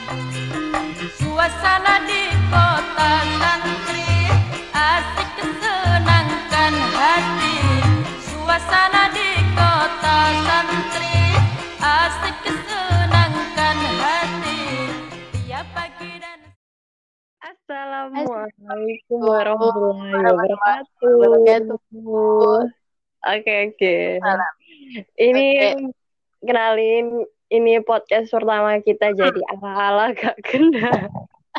Suasana di kota santri asik kesenangkan hati. Suasana di kota santri asik kesenangkan hati. Tiap pagi dan Assalamualaikum warahmatullahi wabarakatuh. Oke. Ini kenalin, ini podcast pertama kita jadi ala-ala gak kena.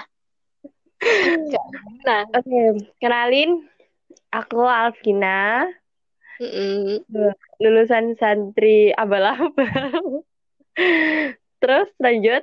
Oke, kenalin, aku Alvina, lulusan santri abal-abal. Terus lanjut.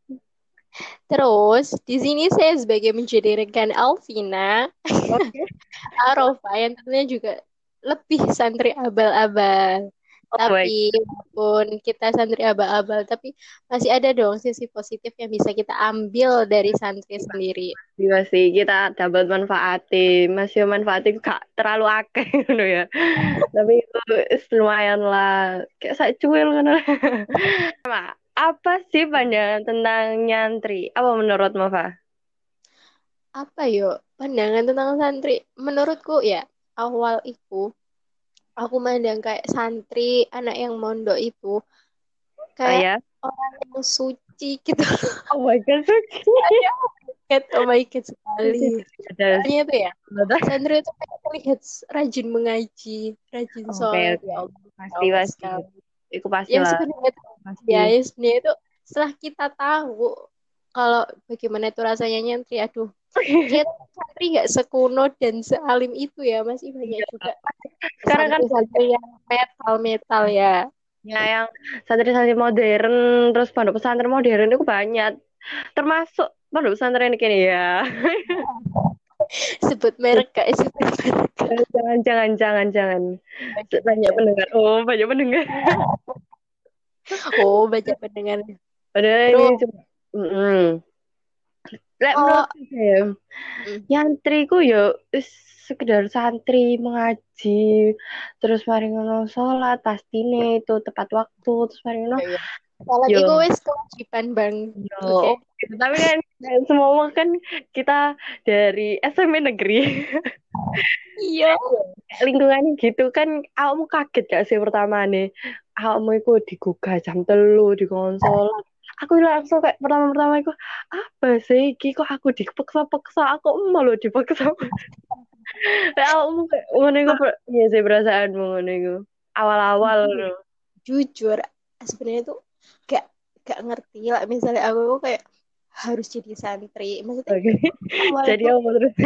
Terus di sini saya sebagai menjadi rekan Alvina, Arofa yang tentunya juga lebih santri abal-abal. Tapi walaupun kita santri abal-abal, tapi masih ada dong sisi positif yang bisa kita ambil dari santri sendiri. Iya sih, kita dapat manfaatin, masih manfaatin gak terlalu akeh gitu ya. Tapi itu lumayan lah, kayak saya cuil kan. Apa sih pandangan tentang nyantri? Apa menurut Mova? Apa yuk pandangan tentang santri? Menurutku ya, awal itu aku mandang kayak santri, anak yang mondok itu kayak orang yang suci gitu. Oh my god, suci. Oh my god sekali. Soalnya itu ya, santri itu kayak terlihat rajin mengaji, rajin sholat. Ya Allah, Pasti. Itu pasti yang lah. sebenarnya itu, yang sebenarnya itu setelah kita tahu kalau bagaimana itu rasanya nyantri, aduh, kita santri nggak sekuno dan sealim itu ya, masih banyak juga Sekarang kan santri yang metal ya. Ya, yang santri-santri modern, terus pondok pesantren modern itu banyak. Termasuk pondok pesantren ini ya. Sebut merek gak sih? Jangan. Banyak pendengar. Oh, banyak pendengar. Oh, banyak pendengar. Padahal ini cuma menurut saya, nyantriku ya sekedar santri mengaji, terus mari ngono sholat pastine itu tepat waktu, terus mari ngono sholat itu wis kewajiban bang. Oke. Tapi kan semua kan kita dari SMP negeri. Iya. Lingkungannya gitu kan, awakmu kaget gak sih pertama nih? Awakmu itu digugah jam 3 di konsol. Aku langsung kayak pertama itu apa sih? Kok aku dipaksa-paksa, aku malu dipaksa. Kayak awakmu kayak ngono iku iya sih perasaanmu ngono iku. Awal-awal jujur sebenarnya tuh gak ngerti lah, misalnya aku kayak harus jadi santri, maksudnya jadi apa terus?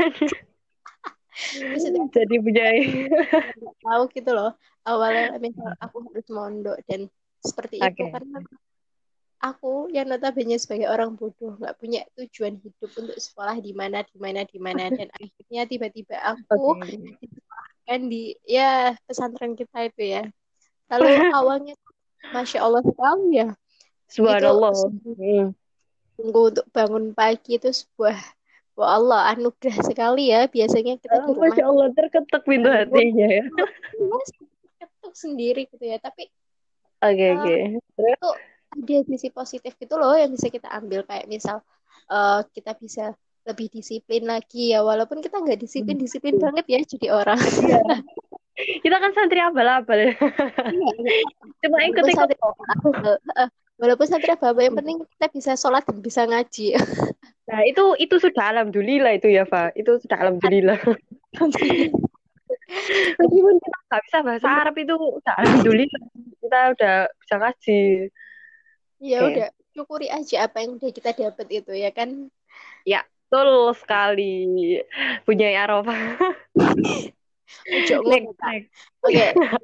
Jadi bujai tahu gitu loh awalnya, misal aku harus mondok dan seperti itu karena aku yang notabene sebagai orang bodoh nggak punya tujuan hidup untuk sekolah di mana dan akhirnya tiba-tiba aku disekolahkan di ya pesantren kita itu ya. Lalu awalnya Masya Allah sekali ya, subhanallah, tunggu untuk bangun pagi itu sebuah wah Allah anugerah sekali ya. Biasanya kita di rumah Masya Allah terketuk pintu hatinya ya. Ketuk sendiri gitu ya. Tapi Terus itu ada sisi positif gitu loh yang bisa kita ambil, kayak misal kita bisa lebih disiplin lagi ya, walaupun kita nggak disiplin banget ya jadi orang. Kita kan santri abal-abal. Cuma ikut walaupun santri abal-abal yang penting kita bisa sholat dan bisa ngaji. Nah itu sudah alhamdulillah itu ya Pak, itu sudah alhamdulillah. Meskipun kita nggak bisa bahasa Arab itu udah alhamdulillah kita udah bisa ngaji. Ya udah syukuri aja apa yang udah kita dapat itu ya kan. Ya betul sekali punya Arafah. Oke.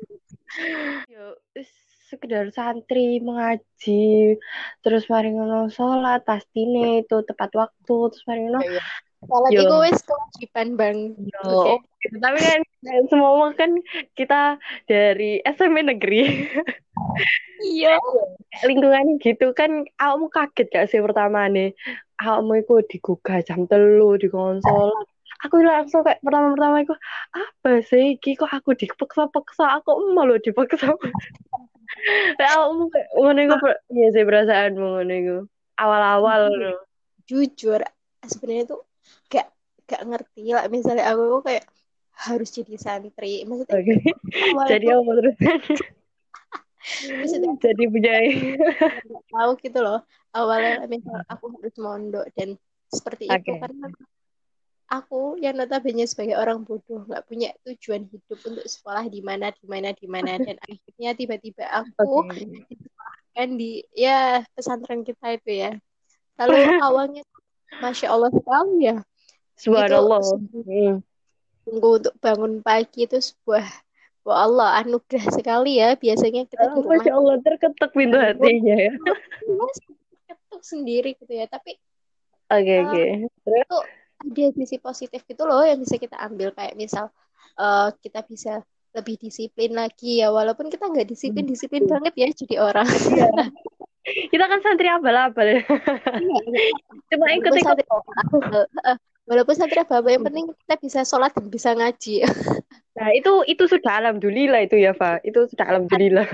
Sekedar santri mengaji, terus mari ngono sholat pastine itu tepat waktu, terus mari ngono sholat itu wis kewajiban bang. Tapi kan semua kan kita dari SMP negeri. Iya. Lingkungannya gitu kan, awakmu kaget gak sih pertama nih? Awakmu itu digugah jam 3 di konsol. Aku langsung kayak pertama itu apa sih? Kok aku dipaksa-paksa, aku malu dipaksa. Kayak awakmu kayak ngono iku iya sih perasaanmu ngono iku. awal-awal. Jujur sebenarnya tuh gak gak ngerti lah, misalnya aku kayak harus jadi santri, maksudnya Oke. awal Jadi tuh apa terus? maksudnya aku Jadi punya. nggak tahu gitu loh awalnya misal aku harus mondok dan seperti itu Oke. karena aku yang notabene sebagai orang bodoh nggak punya tujuan hidup untuk sekolah di mana dan akhirnya tiba-tiba aku Oke. disekolahkan di ya pesantren kita itu ya. Lalu awalnya Masya Allah sekali ya, itu Subhanallah. Hmm. sungguh untuk bangun pagi itu sebuah, wah Allah anugerah sekali ya. Biasanya kita di rumah Masya Allah, terketuk pintu bangun hatinya ya. ketuk sendiri gitu ya, tapi Oke, eh, oke. Terus? itu ada sisi positif gitu loh yang bisa kita ambil, kayak misal kita bisa lebih disiplin lagi ya, walaupun kita nggak disiplin disiplin banget ya jadi orang. Iya. Kita kan santri abal-abal. Iya, iya. Cuma Walaupun ikut-ikut santri kok. walaupun santri apa yang penting kita bisa sholat dan bisa ngaji. Nah, itu sudah alhamdulillah itu ya, Pak. Itu sudah alhamdulillah.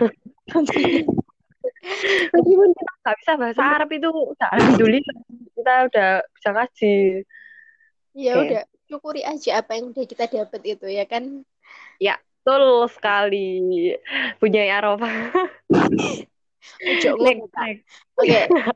Meskipun kita nggak bisa bahasa Arab itu udah alhamdulillah. Kita udah bisa ngaji. Ya Oke. udah syukuri aja apa yang udah kita dapat itu ya kan. Ya, betul sekali. Punya Arafah. Ojo ngono Next, Kak. next. Oke,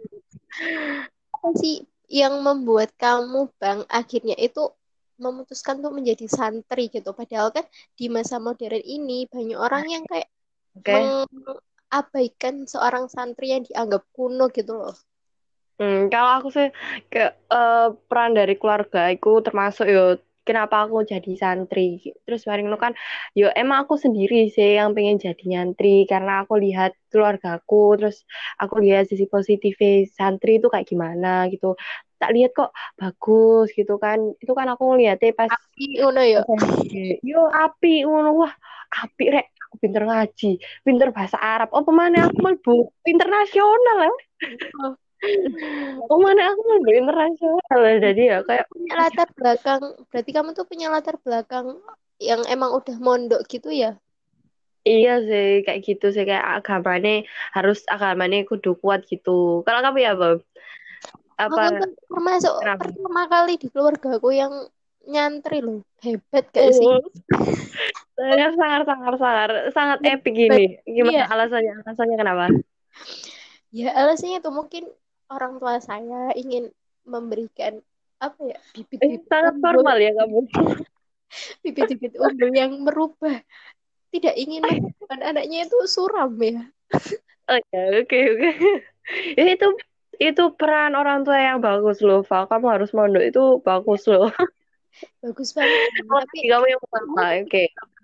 apa sih yang membuat kamu Bang akhirnya itu memutuskan tuh menjadi santri gitu? Padahal kan di masa modern ini banyak orang yang kayak Oke. mengabaikan seorang santri yang dianggap kuno gitu loh. Kalau aku sih ke peran dari keluarga aku termasuk yo kenapa aku jadi santri. Terus bareng lu kan yo emang aku sendiri sih yang pengen jadi nyantri karena aku lihat keluargaku, terus aku lihat sisi positif santri itu kayak gimana gitu. Tak lihat kok bagus gitu kan. Itu kan aku ngeliatnya pas Tapi ngono ya. SMP. Yo api ngono wah, api rek. Aku pinter ngaji, pinter bahasa Arab. Oh, pemane aku mlebu internasional ya. Oh, mana aku mlebu internasional ya. Jadi ya kayak Punya latar belakang, berarti kamu tuh punya latar belakang yang emang udah mondok gitu ya? iya sih kayak gitu sih kayak agamanya kudu kuat gitu. Kalau kamu ya, Bob? Apa Aku tuh termasuk kenapa? pertama kali di keluarga aku yang nyantri loh. Hebat gak sih? Oh, sangat sangat sangat sangat sangat epic ini. Hebat. Gimana Iya. alasannya? Alasannya kenapa? Ya alasannya tuh mungkin orang tua saya ingin memberikan apa ya, bibit-bibit Sangat unggul, formal ya kamu. bibit-bibit unggul yang merubah, tidak ingin membuat anaknya itu suram ya. Oke, oke, oke. Ya, itu peran orang tua yang bagus loh, Val. Kamu harus mondok itu bagus loh. Bagus banget. Tapi Apalagi kamu yang pertama, oke.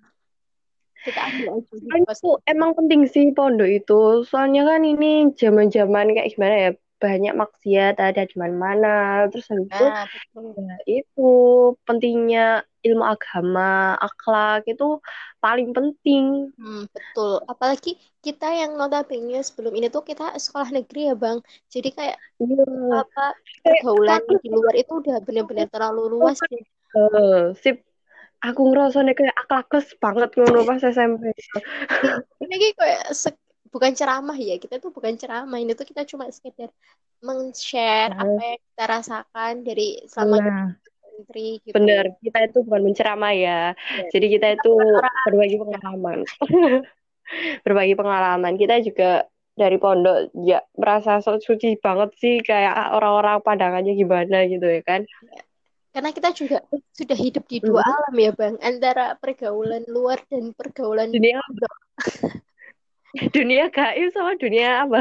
kita ambil aja di Soalnya pos. tuh emang penting sih pondok itu. Soalnya kan ini zaman-zaman kayak gimana ya, banyak maksiat ada di mana-mana. Terus habis itu, Nah, betul. ya itu pentingnya ilmu agama, akhlak itu paling penting. Betul. Apalagi kita yang notabene sebelum ini tuh kita sekolah negeri ya, Bang. Jadi kayak Iya, apa kayak pergaulan akhlaknya di luar itu udah benar-benar terlalu luas ya. sip. Aku ngerasanya kayak akhlakes banget ngono pas SMP. Ini kayak bukan ceramah ya. Kita tuh bukan ceramah. Ini tuh kita cuma sekedar men-share apa Nah, yang kita rasakan dari selama kita menteri gitu. bener, kita itu bukan menceramah ya. Ya. Jadi kita itu Orang berbagi pengalaman. Berbagi pengalaman. Kita juga dari pondok ya merasa so suci banget sih kayak orang-orang pandangannya gimana gitu ya kan. karena kita juga sudah hidup di dua Mm-mm. alam ya, Bang. Antara pergaulan luar dan pergaulan Dunia pondok. dunia gaib sama dunia apa?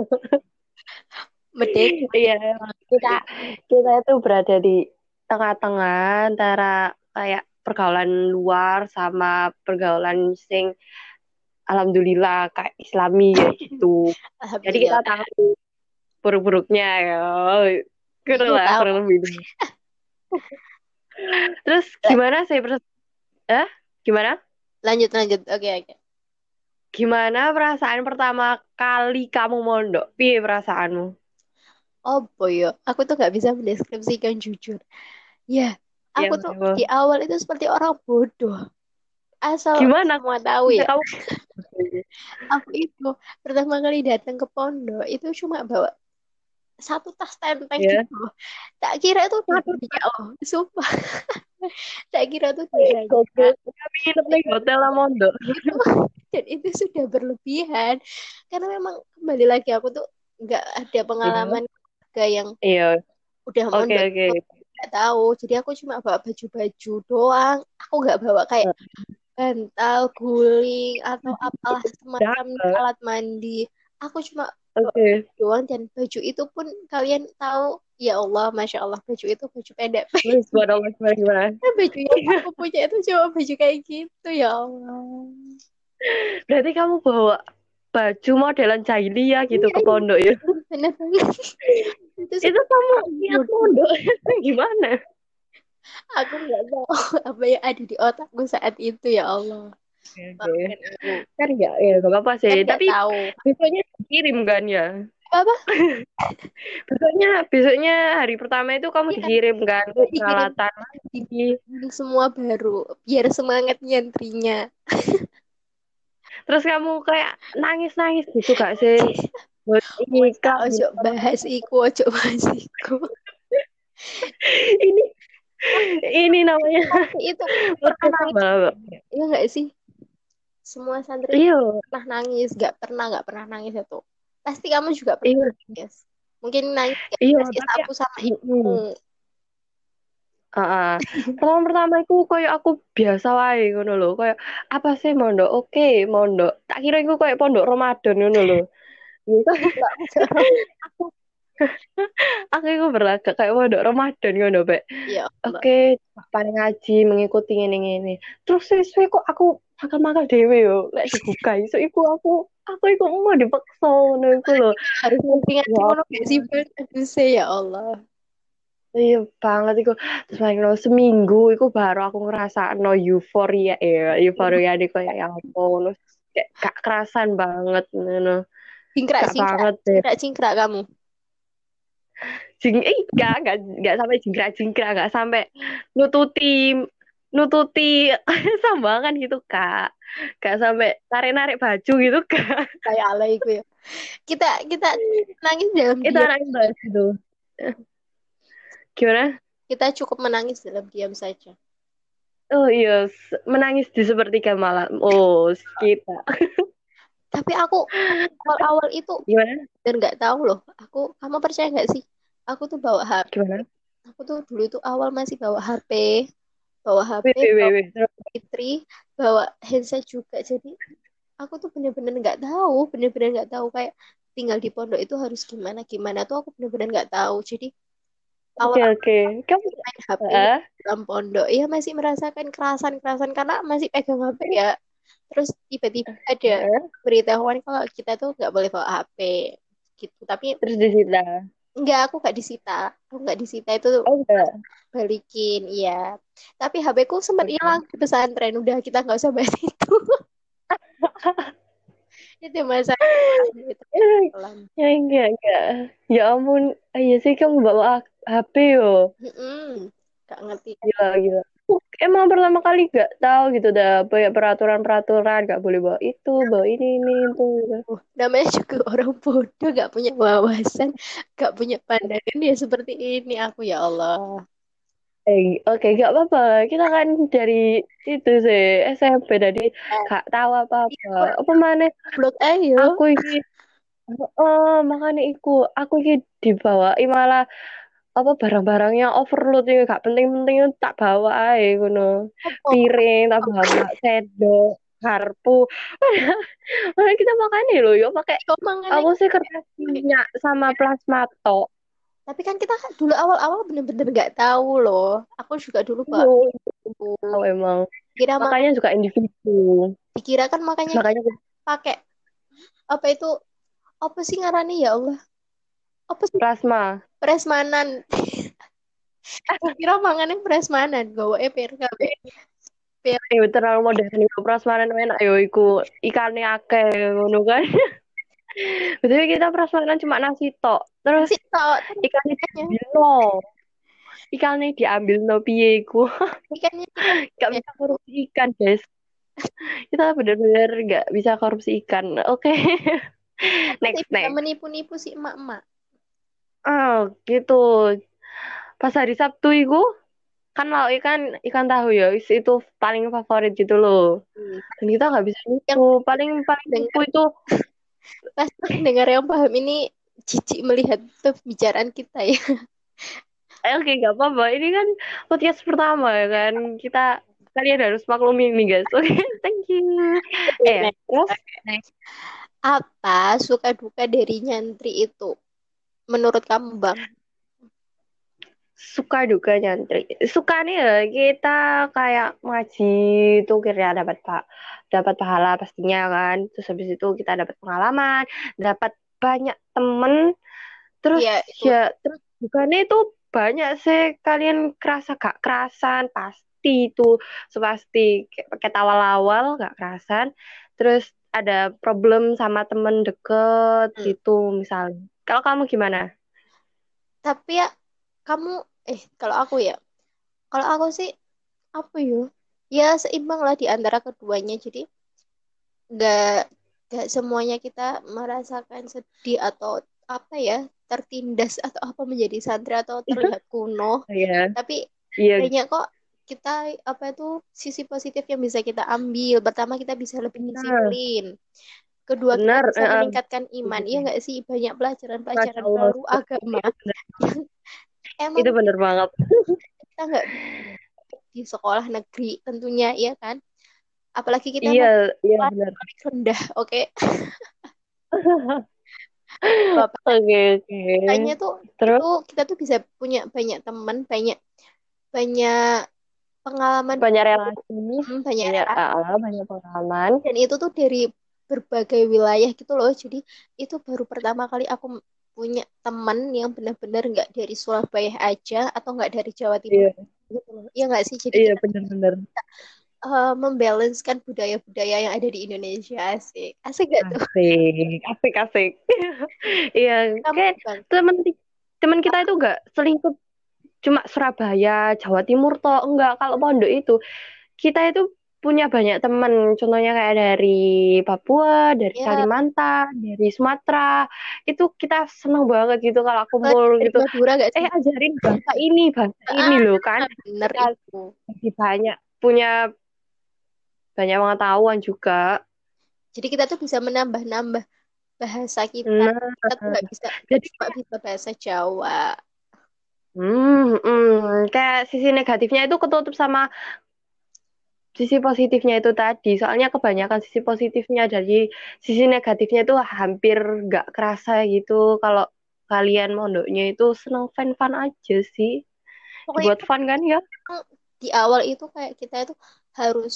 Merdeka. Iya, kita kita itu berada di tengah-tengah antara kayak pergaulan luar sama pergaulan sing alhamdulillah kayak Islami ya gitu. Jadi kita Alhamdulillah. tahu buruk-buruknya ya. Gitu lah Tahu. kurang lebih. Terus gimana sih eh? Gimana? Lanjut, lanjut. Oke, oke. Gimana perasaan pertama kali kamu mondok? Piye perasaanmu? Oh boy, aku tuh nggak bisa mendeskripsikan jujur. Ya, Ya, aku tuh di memang. awal itu seperti orang bodoh. Asal Gimana semua tahu bisa ya, kamu? aku itu pertama kali datang ke pondok itu cuma bawa satu tas tenteng Ya. gitu loh. Tak kira itu udah Satu banyak loh, sumpah. Tak kira itu udah banyak. gokil. Kami nginep di hotel Lamondo. Itu dan itu sudah berlebihan karena memang kembali lagi aku tuh nggak ada Iya. pengalaman keluarga yang Iya. udah Oke, mondok oke. itu nggak tahu. Jadi aku cuma bawa baju-baju doang. Aku nggak bawa kayak bantal, guling atau apalah semacam Dapat. alat mandi. Aku cuma bawa Oke. baju doang dan baju itu pun kalian tahu ya Allah, masya Allah baju itu baju pendek. Terus buat Allah gimana? Baju yang aku punya itu cuma baju kayak gitu ya Allah. Berarti kamu bawa baju modelan jahiliyah gitu Iya, ke iya, pondok ya? bener banget. Itu Itu kamu niat bodoh. pondok gimana? Aku nggak tahu apa yang ada di otakku saat itu ya Allah. Oke. Maafkan aku. Kan ya gak apa-apa Kan sih. nggak Tapi tahu. besoknya dikirim kan ya? Apa? Besoknya hari pertama itu kamu Iya, dikirim kan dikirim peralatan lagi. semua baru biar semangat nyantrinya. Terus kamu kayak nangis-nangis gitu gak sih? Buat ini Wes tak kak ojo bahas iku, ojo bahas iku. ini ini namanya Tapi itu pernah podcast nangis, apa? ya nggak sih? Semua santri Iya, pernah nangis, nggak pernah nangis itu. Pasti kamu juga pernah iya, nangis. Mungkin nangis kayak iya. kasih Tapi sapu sama ibumu. Pertama itu kayak aku biasa wae ngono lho. Kayak apa sih mondok? Oke, mondok. Tak kira iku kayak pondok Ramadan ngono lho. Gitu. Enggak, Aku itu berlagak kayak pondok Ramadan ngono, Pak. ya Allah. Oke, paling ngaji mengikuti ini. Terus sesuai kok aku makan-makan dewe yo, lek dibuka iso iku aku iku mau dipaksa ngono iku lho. Harus ngerti-ngerti Ya ngono gak sih, ampun. Bun? Aduh, ya Allah. Iya banget iku. Terus main seminggu iku baru aku ngerasa no euforia ya, euforia di kayak ya ampun. Terus kayak gak kerasan banget ngono. Gak Cingkrak-cingkrak, banget deh. cingkrak-cingkrak kamu. Enggak sampai jingkrak-jingkrak, enggak sampai nututi nututi sambangan gitu kak, enggak sampai tarik-narik baju gitu kak. Kayak alay itu ya. Kita kita nangis dalam Itu diam. anak bahas itu gimana? Kita cukup menangis dalam diam saja. Oh iya, menangis di sepertiga malam. Oh kita Tapi aku awal-awal itu gimana dan nggak tahu loh. Kamu percaya nggak sih? Aku tuh bawa HP. gimana? Aku tuh dulu tuh awal masih bawa HP, bawa HP, Wih, wih, wih, bawa wih. Terus, Fitri, bawa handset juga. Jadi aku tuh bener-bener nggak tahu kayak tinggal di pondok itu harus gimana gimana tuh aku bener-bener nggak tahu. Jadi awal oke kamu main HP ah dalam pondok ya masih merasakan kerasan-kerasan karena masih pegang HP ya. Terus tiba-tiba ada beritahuan kalau kita tuh nggak boleh bawa HP gitu. Tapi terus disita. enggak, aku nggak disita itu Oh enggak. balikin, iya. Tapi HP ku sempat Oke. hilang di pesantren, udah kita nggak usah bahas itu. Itu masa itu kelam. Ya enggak. Ya ampun, iya sih kamu bawa HP yo. Nggak ngerti. Gila. Emang pertama kali gak tahu gitu dah banyak peraturan gak boleh bawa itu, bawa ini itu. Gitu. Namanya juga orang bodoh, nggak punya wawasan, nggak punya pandangan ya seperti ini aku ya Allah. Oke, gak apa-apa. Kita kan dari itu sih SMP jadi gak tahu apa-apa. Apa mana? Blok ayo. Aku ini, makanya aku ini dibawa malah apa barang-barangnya overload ya gak penting-penting tak bawa aja ngono. Apa? Piring tak bawa, sendok, garpu. Mana kita makan loh yo pakai Kok mangannya? aku sih kertas minyak sama plasma tok. Tapi kan kita dulu awal-awal bener-bener nggak tahu loh. Aku juga dulu Pak. Oh, tahu emang. Kira Makanya juga individu. dikira kan makanya Makanya pakai apa itu, apa sih ngarannya ya Allah? Apa sih plasma. prasmanan? Kira mangannya prasmanan, bawa PRKB. Terlalu modern iku prasmanan enak yo iku ikane akeh ngono kan. Betul kita prasmanan cuma nasi tok. Terus Sih tau ikannya diambil no piye iku. ikannya Gak bisa korupsi ikan, guys. Kita benar-benar gak bisa korupsi ikan. Oke. masih Next. bisa menipu-nipu si emak-emak. gitu. Pas hari Sabtu itu kan lauk ikan tahu ya, itu paling favorit gitu loh. Dan kita nggak bisa Yang nipu. Paling paling nipu dengar itu. pasti dengar yang paham ini jijik melihat pembicaraan kita ya. Oke, nggak apa-apa. Ini kan podcast pertama ya kan. Kalian harus maklumi ini guys. Oke, thank you. Terus Next. Next. Apa suka duka dari nyantri itu menurut kamu, Bang? suka duka nyantri. Suka nih ya kita kayak ngaji itu kira dapat pahala pastinya kan. Terus habis itu kita dapat pengalaman, dapat banyak temen. Terus Iya, itu ya terus bukannya itu banyak sih kalian kerasa gak kerasan pasti itu sepasti kayak awal-awal gak kerasan. Terus ada problem sama temen deket hmm. gitu misalnya. Kalau kamu gimana? Tapi ya kamu kalau aku sih apa ya? Ya seimbang lah di antara keduanya. Jadi nggak nggak semuanya kita merasakan sedih atau apa ya tertindas atau apa menjadi santri atau terlihat kuno. Iya, Tapi iya banyak kok kita apa itu sisi positif yang bisa kita ambil. Pertama kita bisa lebih benar, disiplin. Kedua kita benar. bisa meningkatkan iman. Iya nggak sih? Banyak Masya pelajaran-pelajaran Allah, baru agama yang emang itu benar banget. kita nggak di sekolah negeri tentunya, iya kan? Apalagi kita Iya, mau iya kelas benar. paling rendah, oke? Bapak Oke, oke. makanya tuh Terus itu kita tuh bisa punya banyak teman, banyak banyak pengalaman banyak baru, relasi, banyak relasi. banyak pengalaman. Dan itu tuh dari berbagai wilayah gitu loh. Jadi itu baru pertama kali aku punya teman yang benar-benar nggak dari Surabaya aja atau nggak dari Jawa Timur Iya, gitu loh. Iya nggak sih? Jadi iya kita benar-benar. membalancekan budaya-budaya yang ada di Indonesia. Asik, asik gak tuh? Asik, asik, asik. Iya, Kamu kayak bang, teman teman kita itu gak selingkuh cuma Surabaya, Jawa Timur toh enggak. Kalau pondok itu kita itu punya banyak teman. Contohnya kayak dari Papua, dari ya Kalimantan, dari Sumatera. Itu kita seneng banget gitu kalau kumpul dari gitu. Madura gak sih? Ajarin bahasa ini Ah, loh kan. bener Kita itu. lebih punya banyak pengetahuan juga. Jadi kita tuh bisa menambah-nambah bahasa kita. Nah, Kita tuh nggak jadi cuma bisa bahasa Jawa. kayak sisi negatifnya itu ketutup sama sisi positifnya itu tadi. Soalnya kebanyakan sisi positifnya dari sisi negatifnya itu hampir nggak kerasa gitu. Kalau kalian mondoknya itu seneng fun-fun aja sih. Pokoknya Dibuat fun kan ya? emang di awal itu kayak kita itu harus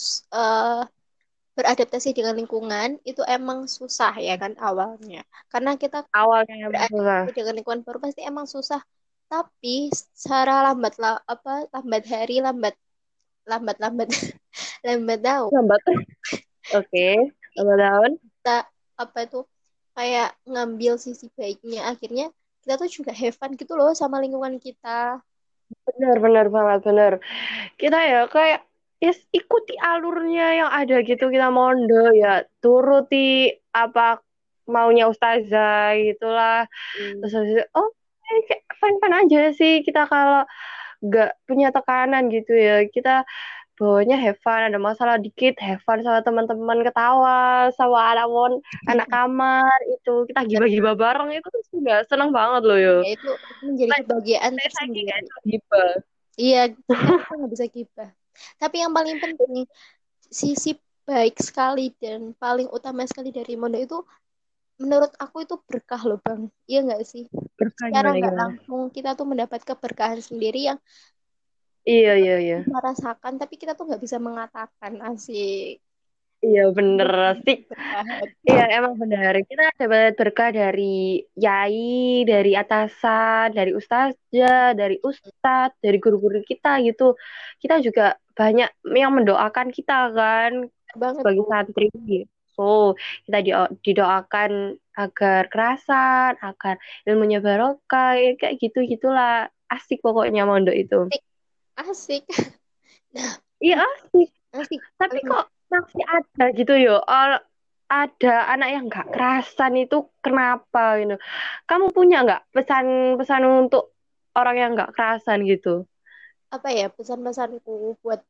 beradaptasi dengan lingkungan itu emang susah ya kan awalnya. Karena kita Awalnya emang susah. beradaptasi dengan lingkungan baru pasti emang susah. Tapi secara lambat hari lambat lambat lambat tahu Lambat. Oke. Lambat tahun. kita apa itu kayak ngambil sisi baiknya akhirnya kita tuh juga have fun gitu loh sama lingkungan kita. Benar-benar banget, benar. Kita ya kayak ikuti alurnya yang ada gitu kita mondok ya turuti apa maunya ustazah gitulah terus Hmm. habis itu, oh kayak fun-fun aja sih kita kalau nggak punya tekanan gitu ya kita bawanya have fun ada masalah dikit have fun sama teman-teman ketawa sama anak kamar itu kita gibah-gibah bareng itu tuh sudah seneng banget loh yo Ya itu menjadi kebahagiaan saya kayak tersendiri. itu gibah. Iya, kita nggak bisa gibah. Tapi yang paling penting, sisi baik sekali dan paling utama sekali dari Mondo itu, menurut aku itu berkah loh, Bang. Iya nggak sih? Berkah Secara gimana nggak gimana. langsung kita tuh mendapat keberkahan sendiri yang Iya, kita iya, iya. merasakan, tapi kita tuh nggak bisa mengatakan asik. Iya bener sih. Berkah. Iya emang benar. Kita dapat berkah dari yai, dari atasan, dari ustazah, dari ustadz, dari guru-guru kita gitu. Kita juga banyak yang mendoakan kita kan Banget sebagai tuh. santri. So kita didoakan agar kerasan, agar ilmunya barokah, ya kayak gitu gitulah. Asik pokoknya mondok itu. Asik. Asik. Nah, Iya asik. asik. Tapi Paling kok masih ada gitu yo. ada anak yang nggak kerasan itu kenapa gitu. Kamu punya nggak pesan-pesan untuk orang yang nggak kerasan gitu? Apa ya pesan-pesanku buat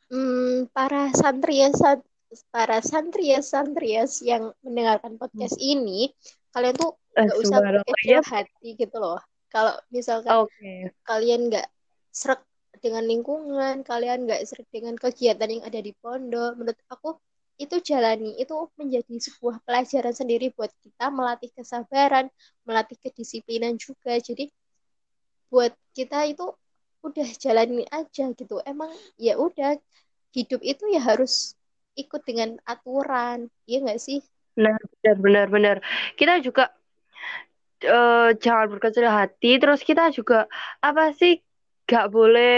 para santrias yang mendengarkan podcast ini, kalian tuh nggak usah Subhanallah berkecil ya. hati gitu loh. Kalau misalkan Oke. kalian nggak srek dengan lingkungan, kalian nggak srek dengan kegiatan yang ada di pondok, menurut aku itu jalani, itu menjadi sebuah pelajaran sendiri buat kita melatih kesabaran, melatih kedisiplinan juga. Jadi buat kita itu udah jalani aja gitu. Emang ya udah hidup itu ya harus ikut dengan aturan, iya nggak sih? Nah, benar-benar. Kita juga jangan berkecil hati. Terus kita juga apa sih gak boleh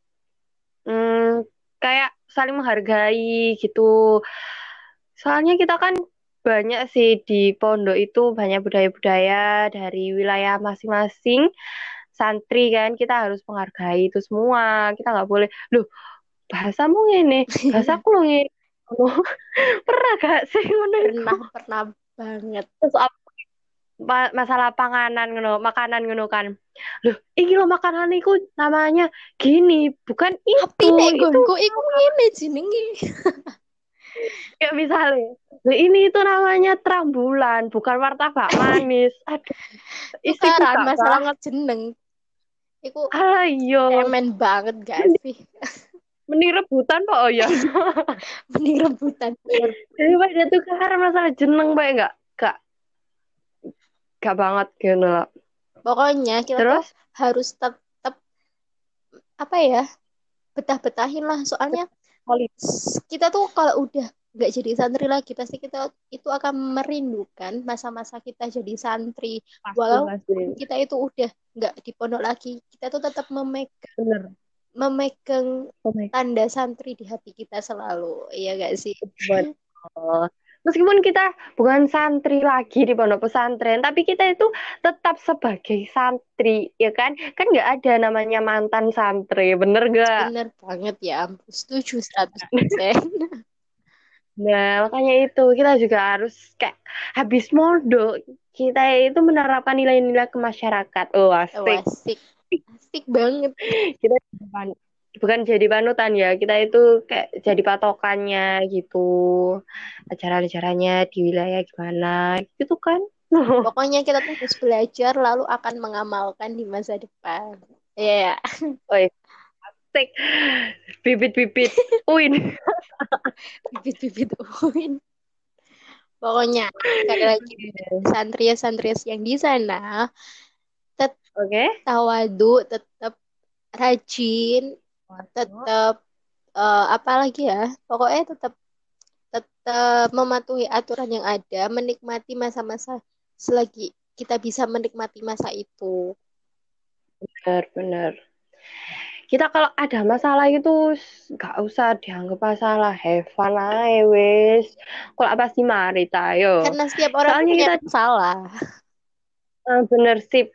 kayak saling menghargai gitu. Soalnya kita kan banyak sih di pondok itu banyak budaya-budaya dari wilayah masing-masing santri kan. Kita harus menghargai itu semua. Kita nggak boleh, loh bahasamu ini, bahasaku loh ini. Pernah gak sih ngono iku? Pernah banget. Terus masalah panganan ngono, makanan ngono kan. Loh, iki lo makanan iku namanya gini, bukan Tapi itu. nek Itu gonku iku ngene jenenge. kayak misalnya, loh ini itu namanya terang bulan, bukan martabak manis. Aduh, istriku Tukaran gak masalah banget. jeneng. Iku Ayo, cemen banget gak sih? mending rebutan kok oh ya. Mending rebutan. Jadi pada tukaran masalah jeneng baik gak gak banget gitu loh. Pokoknya kita tuh Terus harus tetap apa ya, betah-betahin lah. Soalnya politik kita tuh kalau udah nggak jadi santri lagi, pasti kita itu akan merindukan masa-masa kita jadi santri. pasti Walaupun kita itu udah nggak di pondok lagi, kita tuh tetap bener. memegang Oh my tanda santri di hati kita selalu. Iya gak sih? God. Meskipun kita bukan santri lagi di pondok pesantren, tapi kita itu tetap sebagai santri, ya kan? Kan nggak ada namanya mantan santri, bener gak? Bener banget ya, ampun. Setuju 100%. Nah, makanya itu kita juga harus kayak habis mondok, kita itu menerapkan nilai-nilai ke masyarakat. Oh, Oh, asik. asik. Asik banget. Kita bukan jadi panutan ya, kita itu kayak jadi patokannya gitu. Acara-acaranya di wilayah gimana gitu kan. Pokoknya kita tuh harus belajar lalu akan mengamalkan di masa depan. Iya, Woi, asik. Bibit-bibit UIN. bibit-bibit UIN. Pokoknya sekali lagi santrias-santrias yang di sana tetap Oke. tawadu, tetap rajin, tetap apa lagi ya? Pokoknya tetap tetap mematuhi aturan yang ada, menikmati masa-masa selagi kita bisa menikmati masa itu. Benar-benar. Kita kalau ada masalah itu nggak usah dianggap masalah, have fun aja wes. Kalau apa sih mari tayo. Karena setiap orang Soalnya punya kita masalah. bener sip.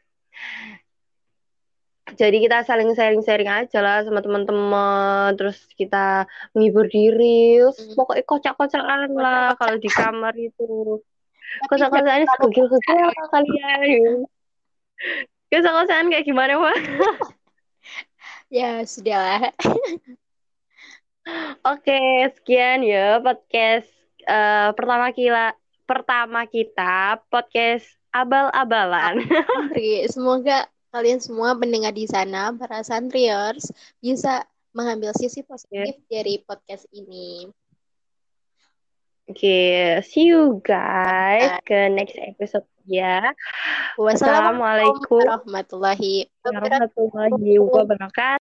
Jadi kita saling sharing-sharing aja lah sama teman-teman. Terus kita menghibur diri. Pokoknya kocak-kocakan lah kalau di kamar itu. Kocak-kocakannya segegil-segil kalian. Kocak-kocakan kayak gimana, Pak? Ya, sudahlah. Oke, sekian ya podcast pertama kita podcast abal-abalan. Semoga kalian semua pendengar di sana, para santriers, bisa mengambil sisi positif dari podcast ini. Oke, see you guys ke next episode ya. Wassalamualaikum Wassalamualaikum warahmatullahi wabarakatuh. warahmatullahi wabarakatuh.